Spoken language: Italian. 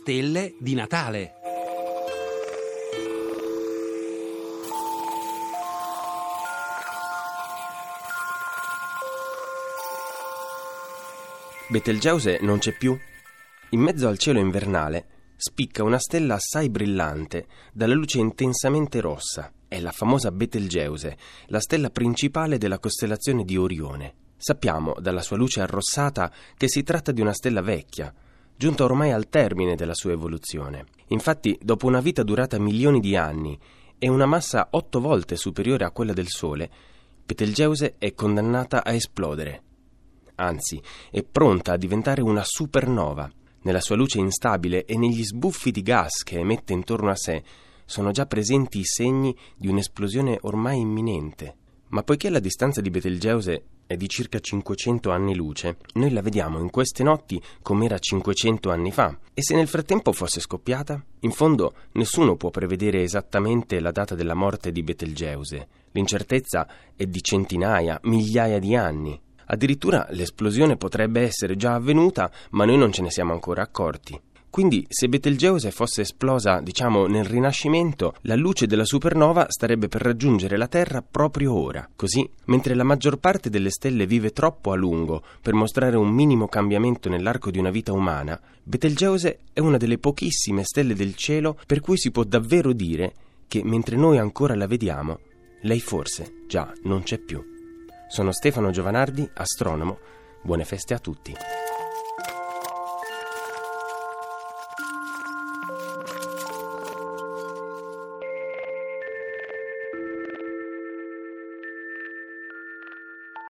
stelle di Natale. Betelgeuse non c'è più. In mezzo al cielo invernale spicca una stella assai brillante, dalla luce intensamente rossa. È la famosa Betelgeuse, la stella principale della costellazione di Orione. Sappiamo, dalla sua luce arrossata, che si tratta di una stella vecchia, giunta ormai al termine della sua evoluzione. Infatti, dopo una vita durata milioni di anni e una massa 8 volte superiore a quella del Sole, Betelgeuse è condannata a esplodere. Anzi, è pronta a diventare una supernova. Nella sua luce instabile e negli sbuffi di gas che emette intorno a sé sono già presenti i segni di un'esplosione ormai imminente. Ma poiché la distanza di Betelgeuse è di circa 500 anni luce, noi la vediamo in queste notti come era 500 anni fa. E se nel frattempo fosse scoppiata? In fondo nessuno può prevedere esattamente la data della morte di Betelgeuse. L'incertezza è di centinaia, migliaia di anni. Addirittura l'esplosione potrebbe essere già avvenuta, ma noi non ce ne siamo ancora accorti. Quindi, se Betelgeuse fosse esplosa, nel Rinascimento, la luce della supernova starebbe per raggiungere la Terra proprio ora. Così, mentre la maggior parte delle stelle vive troppo a lungo per mostrare un minimo cambiamento nell'arco di una vita umana, Betelgeuse è una delle pochissime stelle del cielo per cui si può davvero dire che, mentre noi ancora la vediamo, lei forse già non c'è più. Sono Stefano Giovanardi, astronomo. Buone feste a tutti.